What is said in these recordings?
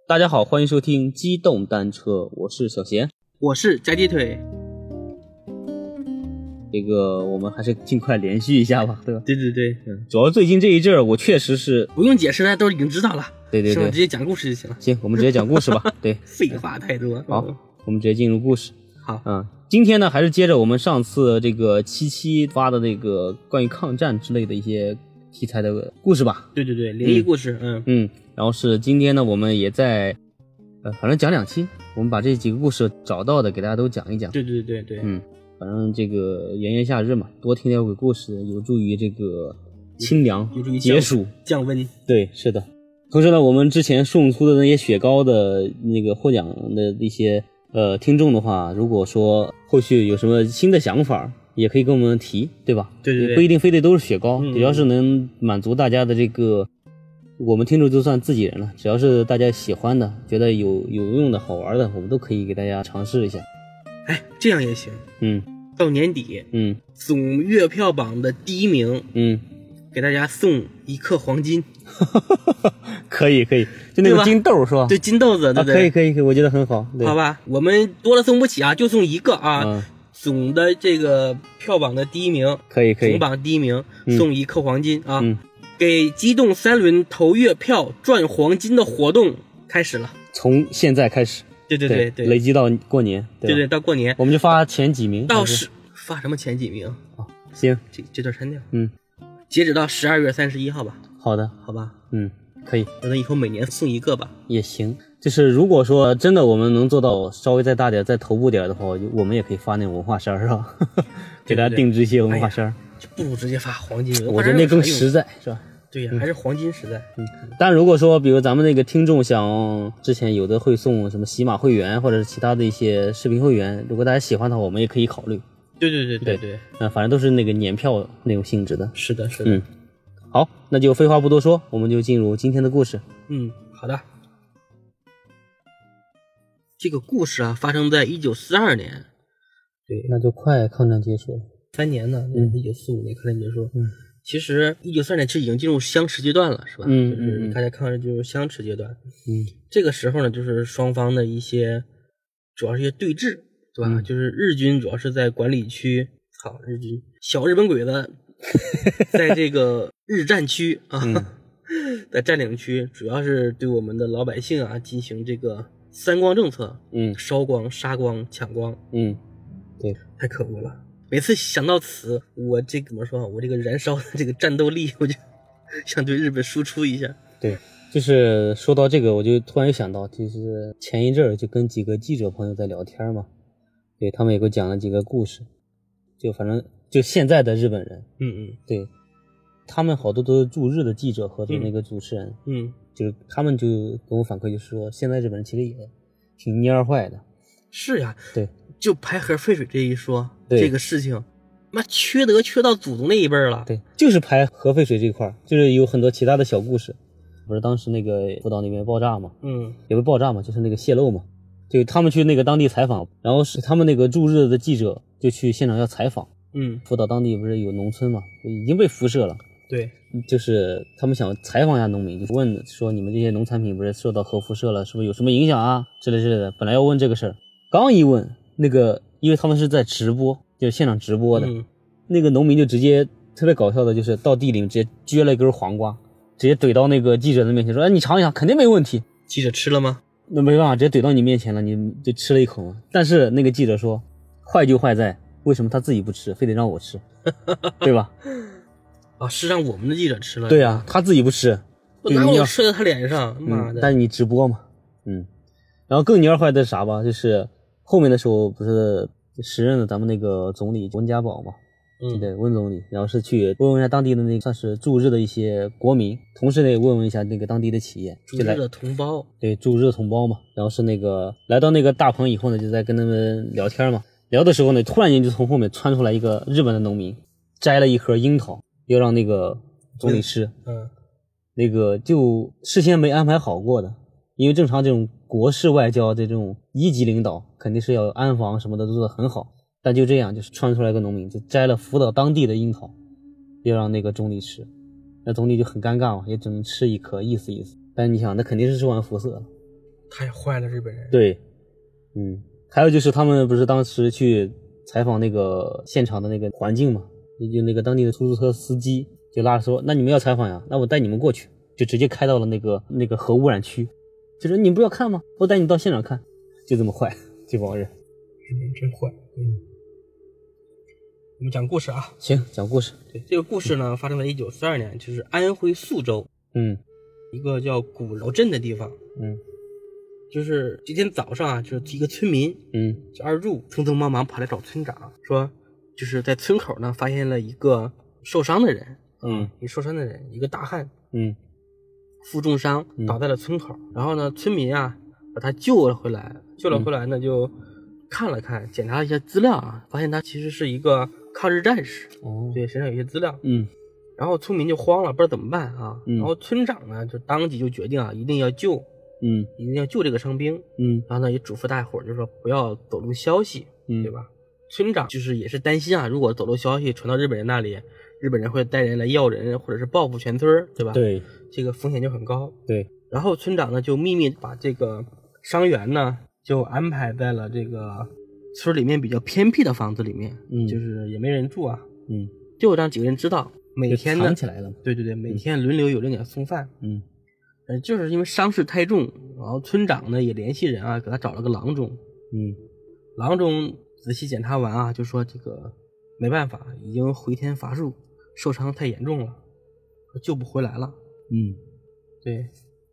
大家好，欢迎收听机动单车，我是小贤， 我是夹鸡腿。 这个我们还是尽快连续一下吧，对吧？ 对， 主要最近这一阵儿，我确实是不用解释，大家都已经知道了。 对， 是吧？直接讲故事就行了。 行，我们直接讲故事吧。对， 废话太多。 好，我们直接进入故事。 好， 今天呢，还是接着我们上次这个77发的这个关于抗战之类的一些题材的故事吧。 对，灵异故事。 然后是今天呢，我们也在反正讲2期，我们把这几个故事找到的给大家都讲一讲。 对。 反正这个炎炎夏日嘛，多听点鬼故事，有助于这个清凉， 有助于解暑、 降温。 对，是的。同时呢，我们之前送出的那些雪糕的那个获奖的一些听众的话，如果说后续有什么新的想法，也可以跟我们提，对吧？ 对， 不一定非得都是雪糕，只要是能满足大家的这个，我们听众就算自己人了，只要是大家喜欢的，觉得有用的好玩的，我们都可以给大家尝试一下。 哎，这样也行。到年底，总月票榜的第1名，给大家送1克黄金。 可以，就那个金豆是吧？ 对，金豆子，对， 可以，我觉得很好。 好吧，我们多了送不起啊，就送1个啊。总的这个票榜的第1名， 可以， 总榜第1名送1克黄金啊。给机动3轮投月票赚黄金的活动开始了， 从现在开始。 对， 累积到过年。 对，到过年我们就发前几名。 发什么前几名？ 行， 这段删掉。截止到12月31号吧。 好的， 好吧。 可以。 那以后每年送1个吧。 也行。就是如果说真的我们能做到稍微再大点、再头部点的话，我们也可以发那种文化衫是吧？给大家定制一些文化衫。 就不如直接发黄金。 我觉得那更实在，是吧？ 对呀，还是黄金实在。 但如果说比如咱们那个听众想之前有的会送什么喜马会员或者是其他的一些视频会员，如果大家喜欢的话，我们也可以考虑。 对， 反正都是那个年票那种性质的。 是的。 好，那就废话不多说，我们就进入今天的故事。 好的。这个故事啊，发生在1942年。对， 那就快抗战结束了 ，3年呢。1945年抗战结束。其实1942年其实已经进入相持阶段了，是吧？就是大家看着就是相持阶段。这个时候呢，就是双方的一些主要是一些对峙，对吧？就是日军主要是在管理区，日军小日本鬼子在这个日占区啊，在占领区，主要是对我们的老百姓啊进行这个3光政策，烧光、杀光、抢光。 对， 太可恶了。每次想到此，我这怎么说？我这个燃烧的这个战斗力，我就想对日本输出一下。 对，就是说到这个，我就突然想到，就是前一阵儿就跟几个记者朋友在聊天嘛，对他们也给我讲了几个故事，就反正就现在的日本人，对，他们好多都是驻日的记者和那个主持人，就是他们就跟我反馈，就是说现在日本人其实也挺蔫坏的。 是呀， 对。 就排核废水这一说，这个事情，妈缺德缺到祖宗那一辈了。 对，就是排核废水这块，就是有很多其他的小故事。不是当时那个福岛那边爆炸嘛，也不是爆炸嘛，就是那个泄漏嘛。就他们去那个当地采访，然后是他们那个驻日的记者就去现场要采访。福岛当地不是有农村嘛，已经被辐射了。 对， 就是他们想采访一下农民，就问说你们这些农产品不是受到核辐射了，是不是有什么影响啊之类的。本来要问这个事儿，刚一问。那个，因为他们是在直播，就是现场直播的，那个农民就直接特别搞笑的，就是到地里面直接撅了一根黄瓜，直接怼到那个记者的面前说：“哎，你尝一下，肯定没问题。” 记者吃了吗？ 那没办法，直接怼到你面前了，你就吃了一口嘛。但是那个记者说，坏就坏在为什么他自己不吃，非得让我吃，对吧？ 是让我们的记者吃了。 对啊，他自己不吃， 我拿我射在他脸上，妈的！ 但是你直播嘛，然后更蔫坏的是啥吧？就是后面的时候不是时任的咱们那个总理温家宝嘛，对，温总理，然后是去问问一下当地的那个算是驻日的一些国民，同时呢问问一下那个当地的企业， 驻日的同胞， 对，驻日的同胞嘛，然后是那个来到那个大棚以后呢，就在跟他们聊天嘛，聊的时候呢，突然间就从后面窜出来一个日本的农民，摘了一盒樱桃，要让那个总理吃，那个就事先没安排好过的。因为正常这种国事外交这种一级领导肯定是要安防什么的都做得很好，但就这样就是窜出来个农民就摘了福岛当地的樱桃，要让那个总理吃，那总理就很尴尬嘛，也只能吃一颗意思意思。但你想那肯定是受完辐射了， 太坏了日本人。 对，还有就是他们不是当时去采访那个现场的那个环境嘛，就那个当地的出租车司机就拉着说，那你们要采访呀，那我带你们过去，就直接开到了那个核污染区，就说你不要看吗？我带你到现场看，就这么坏，这帮人。 日本真坏。我们讲故事啊。 行，讲故事。 对，这个故事呢发生在1942年，就是安徽宿州，一个叫古饶镇的地方。就是今天早上啊，就是一个村民，叫二柱，匆匆忙忙跑来找村长，说就是在村口呢发现了一个受伤的人，一个大汉，负重伤倒在了村口，然后呢村民啊把他救了回来呢就看了看，检查了一些资料啊，发现他其实是一个抗日战士，对，身上有一些资料，然后村民就慌了，不知道怎么办啊，然后村长呢就当即就决定啊，一定要救这个伤兵，然后呢也嘱咐大伙就说不要走漏消息，对吧？村长就是也是担心啊，如果走漏消息传到日本人那里，日本人会带人来要人，或者是报复全村，对吧？ 对， 这个风险就很高。 对， 然后村长呢就秘密把这个伤员呢就安排在了这个村里面比较偏僻的房子里面，就是也没人住啊，就让几个人知道，每天呢藏起来了。 对，每天轮流有人给他送饭。就是因为伤势太重，然后村长呢也联系人啊，给他找了个郎中。郎中仔细检查完啊，就说这个没办法，已经回天乏术，受伤太严重了，救不回来了。对，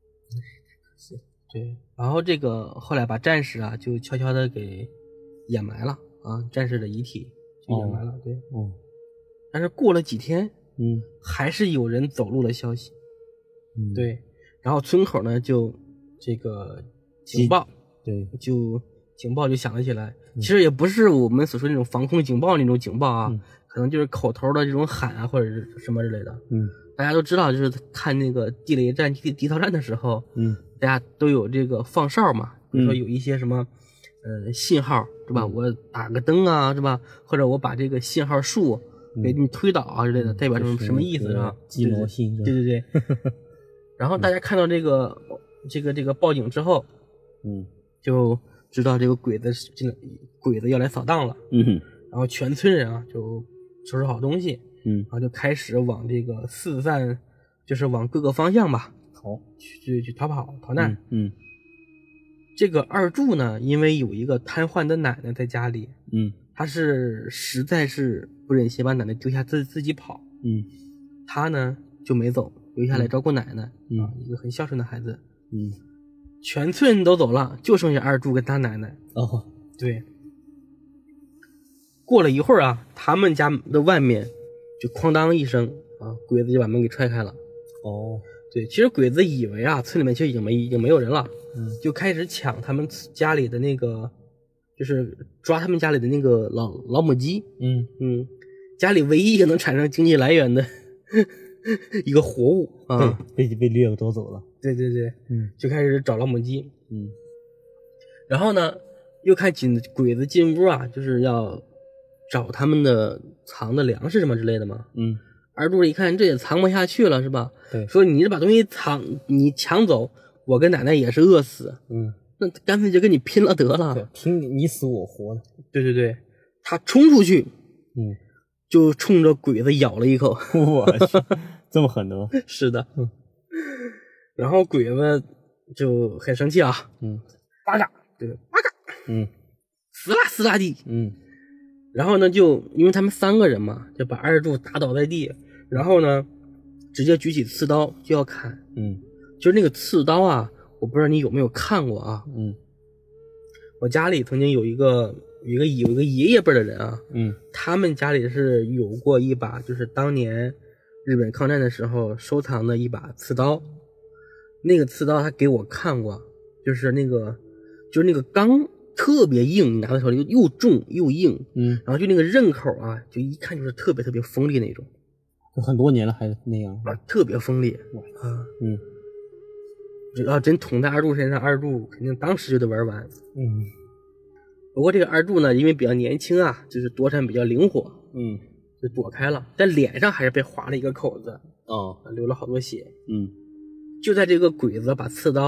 对。然后这个后来把战士啊就悄悄的给掩埋了啊，战士的遗体就掩埋了。对，但是过了几天，还是有人走漏了消息。对。然后村口呢就这个警报，警报就响了起来。其实也不是我们所说那种防空警报那种警报啊，可能就是口头的这种喊啊，或者是什么之类的。大家都知道，就是看那个地雷战、地套战的时候，大家都有这个放哨嘛，比如说有一些什么信号，对吧？我打个灯啊，是吧？或者我把这个信号树给你推倒啊之类的，代表什么意思啊？ 鸡毛信。 对。然后大家看到这个报警之后，就知道这个鬼子要来扫荡了，然后全村人啊就收拾好东西，然后就开始往这个四散，就是往各个方向吧去逃跑逃难。这个二柱呢，因为有一个瘫痪的奶奶在家里，他是实在是不忍心把奶奶丢下自己跑，他呢就没走，留下来照顾奶奶，一个很孝顺的孩子。全村人都走了，就剩下二柱跟他奶奶。对。过了一会儿啊，他们家的外面就哐当一声啊，鬼子就把门给踹开了。对，其实鬼子以为啊，村里面其实已经没有人了，就开始抢他们家里的那个，就是抓他们家里的那个老母鸡。家里唯一一个能产生经济来源的一个活物啊， 被掠夺走了。 对，就开始找老母鸡。然后呢，又看鬼子进屋啊，就是要找他们的藏的粮食什么之类的嘛。二柱一看这也藏不下去了，是吧？ 对， 说你把东西你抢走，我跟奶奶也是饿死。那干脆就跟你拼了得了。 对，拼你死我活的。 对，他冲出去，就冲着鬼子咬了一口。 我去，这么狠的吗？ 是的。然后鬼子就很生气啊，八嘎，对，八嘎，死啦地，然后呢，就因为他们3个人嘛，就把二柱打倒在地，然后呢，直接举起刺刀就要砍，就是那个刺刀啊，我不知道你有没有看过啊，我家里曾经有一个爷爷辈的人啊，他们家里是有过一把，就是当年日本抗战的时候收藏的一把刺刀。那个刺刀他给我看过，就是那个钢特别硬，你拿在手里又重又硬，然后就那个刃口啊，就一看就是特别特别锋利那种。 很多年了还那样啊，特别锋利啊。只要真捅在二柱身上，二柱肯定当时就得玩完。不过这个二柱呢，因为比较年轻啊，就是躲闪比较灵活，就躲开了，但脸上还是被划了一个口子，流了好多血。就在这个鬼子把刺刀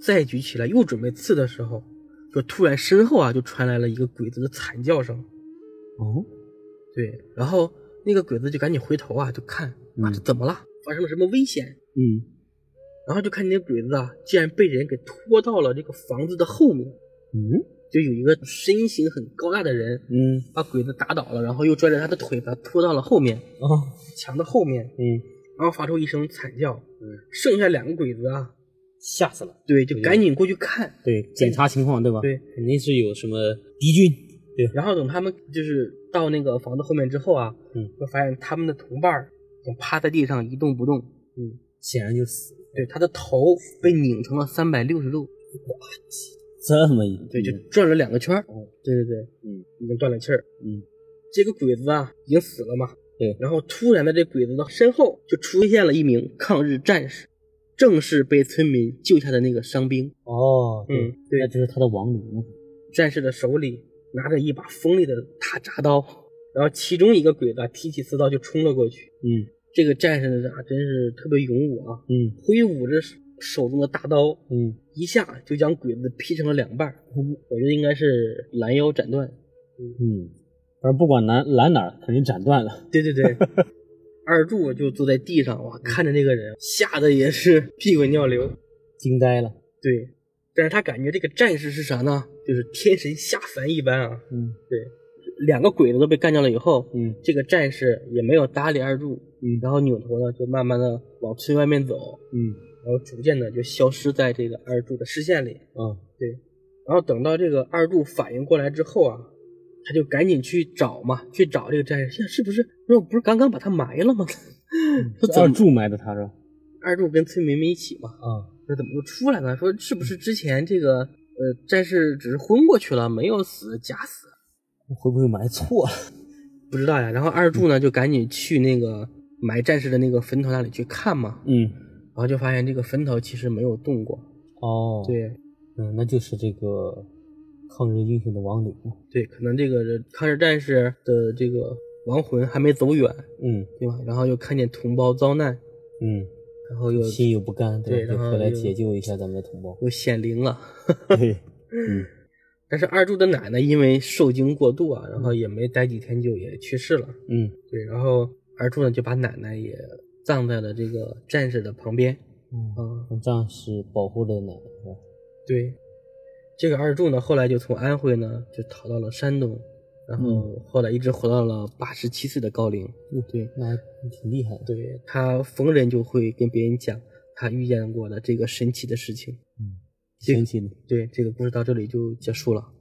再举起来又准备刺的时候，就突然身后啊就传来了一个鬼子的惨叫声。 哦， 对，然后那个鬼子就赶紧回头啊就看啊这怎么了，发生了什么危险。然后就看见那个鬼子啊竟然被人给拖到了这个房子的后面。就有一个身形很高大的人把鬼子打倒了，然后又拽着他的腿把他拖到了后面墙的后面。然后发出一声惨叫。剩下2个鬼子啊吓死了。 对，就赶紧过去看， 对，检查情况，对吧？ 对， 肯定是有什么敌军。对， 然后等他们就是到那个房子后面之后啊，会发现他们的同伴已经趴在地上一动不动。 显然就死了。 对，他的头被拧成了360度。 哇，这么一对，就转了2个圈。对，已经断了气儿。这个鬼子啊已经死了嘛。 对， 然后突然的这鬼子的身后就出现了一名抗日战士，正是被村民救下的那个伤兵。 对，那就是他的亡灵。 战士的手里拿着一把锋利的大铡刀，然后其中一个鬼子提起刺刀就冲了过去。这个战士啊真是特别勇武啊。挥舞着手中的大刀，一下就将鬼子劈成了2半。我觉得应该是拦腰斩断。 而不管拦哪儿，肯定斩断了。 对。二柱就坐在地上，哇，看着那个人，吓得也是屁滚尿流， 惊呆了。 对，但是他感觉这个战士是啥呢？就是天神下凡一般啊。对，2个鬼子都被干掉了以后，这个战士也没有搭理二柱，然后扭头呢就慢慢的往村外面走，然后逐渐的就消失在这个二柱的视线里。对，然后等到这个二柱反应过来之后啊，他就赶紧去找这个战士，现在是不是刚刚把他埋了吗？ 二柱埋的他是吧？ 二柱跟村民们一起嘛。说怎么又出来了？说是不是之前这个战士只是昏过去了，没有死，假死？ 会不会埋错了？ 不知道呀。然后二柱呢就赶紧去那个埋战士的那个坟头那里去看嘛。然后就发现这个坟头其实没有动过。对， 那就是这个抗日英雄的亡灵。 对，可能这个抗日战士的这个亡魂还没走远。对吧？然后又看见同胞遭难。然后又心有不甘， 对，然后回来解救一下咱们的同胞， 又显灵了。 对， 但是二柱的奶奶因为受惊过度啊，然后也没待几天就也去世了。对，然后二柱呢就把奶奶也葬在了这个战士的旁边。 战士保护着奶奶是吧？ 对，这个二柱呢后来就从安徽呢就逃到了山东，然后后来一直活到了87岁的高龄。对， 那还挺厉害的。 对，他逢人就会跟别人讲他遇见过的这个神奇的事情。 神奇的。 对，这个故事到这里就结束了。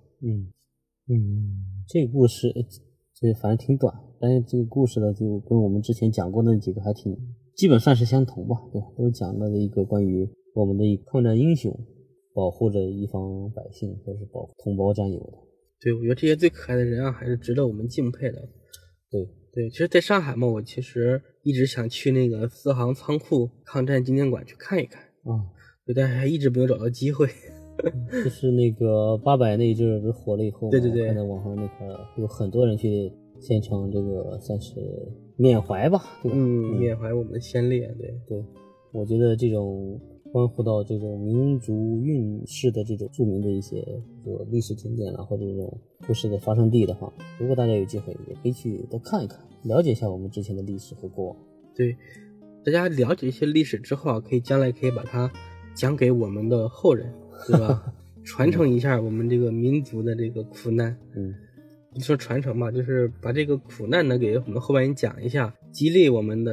这个故事这反正挺短，但是这个故事呢就跟我们之前讲过的那几个还挺基本算是相同吧。对，都是讲了一个关于我们的一个抗战英雄保护着一方百姓或是保护同胞战友的。 对，我觉得这些最可爱的人啊还是值得我们敬佩的。对，其实在上海嘛，我其实一直想去那个四行仓库抗战纪念馆去看一看。对，但是还一直没有找到机会。 就是那个800那一阵不是火了以后， 对， 看到网上那块有很多人去献唱，这个算是缅怀吧，对吧？ 缅怀我们的先烈。 对，我觉得这种关乎到这种民族运势的这种著名的一些历史景点或者这种故事的发生地的话，如果大家有机会也可以去多看一看，了解一下我们之前的历史和过往。 对，大家了解一些历史之后啊，将来可以把它讲给我们的后人，对吧？传承一下我们这个民族的这个苦难。不说传承吧，就是把这个苦难呢给我们后边人讲一下，激励我们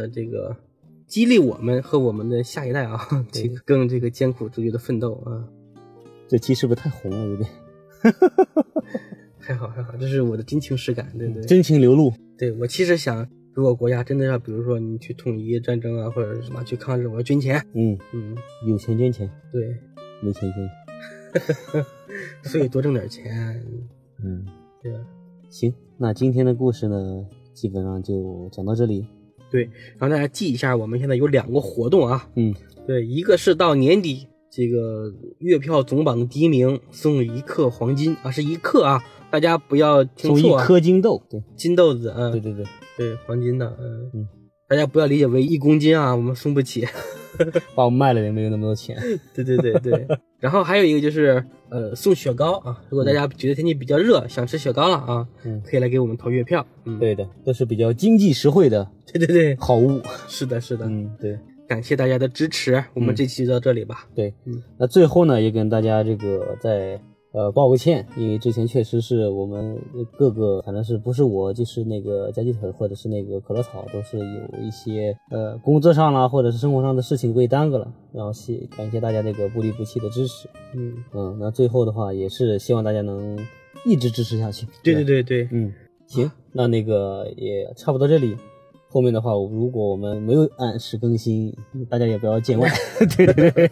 和我们的下一代啊，这个更这个艰苦卓绝的奋斗啊。 这期是不是太红了有点？ 还好，这是我的真情实感。对， 真情流露。对， 我其实想，如果国家真的要，比如说你去统一战争啊，或者什么去抗日，我要捐钱。 有钱捐钱。 对， 没钱捐钱。 所以多挣点钱。对。 行，那今天的故事呢，基本上就讲到这里。 对，然后大家记一下，我们现在有2个活动啊。对，一个是到年底这个月票总榜的第1名送1克黄金啊，是1克啊，大家不要听错啊， 送1颗金豆。对， 金豆子。 对， 对，黄金的。大家不要理解为1公斤啊，我们送不起。 把我卖了也没有那么多钱。 对。然后还有一个就是送雪糕啊，如果大家觉得天气比较热，想吃雪糕了啊，可以来给我们投月票。 对的，都是比较经济实惠的。 对， 好物。 是的。 对。 感谢大家的支持，我们这期就到这里吧。 对，那最后呢，也跟大家这个再报个歉，因为之前确实是我们各个，反正是不是我就是那个夹鸡腿或者是那个可乐草，都是有一些工作上啦或者是生活上的事情被耽搁了，然后感谢大家这个不离不弃的支持。那最后的话也是希望大家能一直支持下去。 对。 行，那个也差不多这里。后面的话，如果我们没有按时更新，大家也不要见外。对。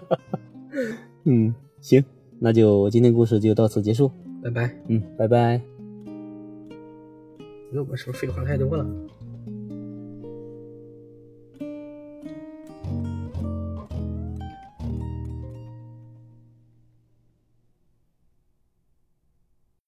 行，那就今天故事就到此结束， 拜拜。 拜拜。 我是不是废话太多了？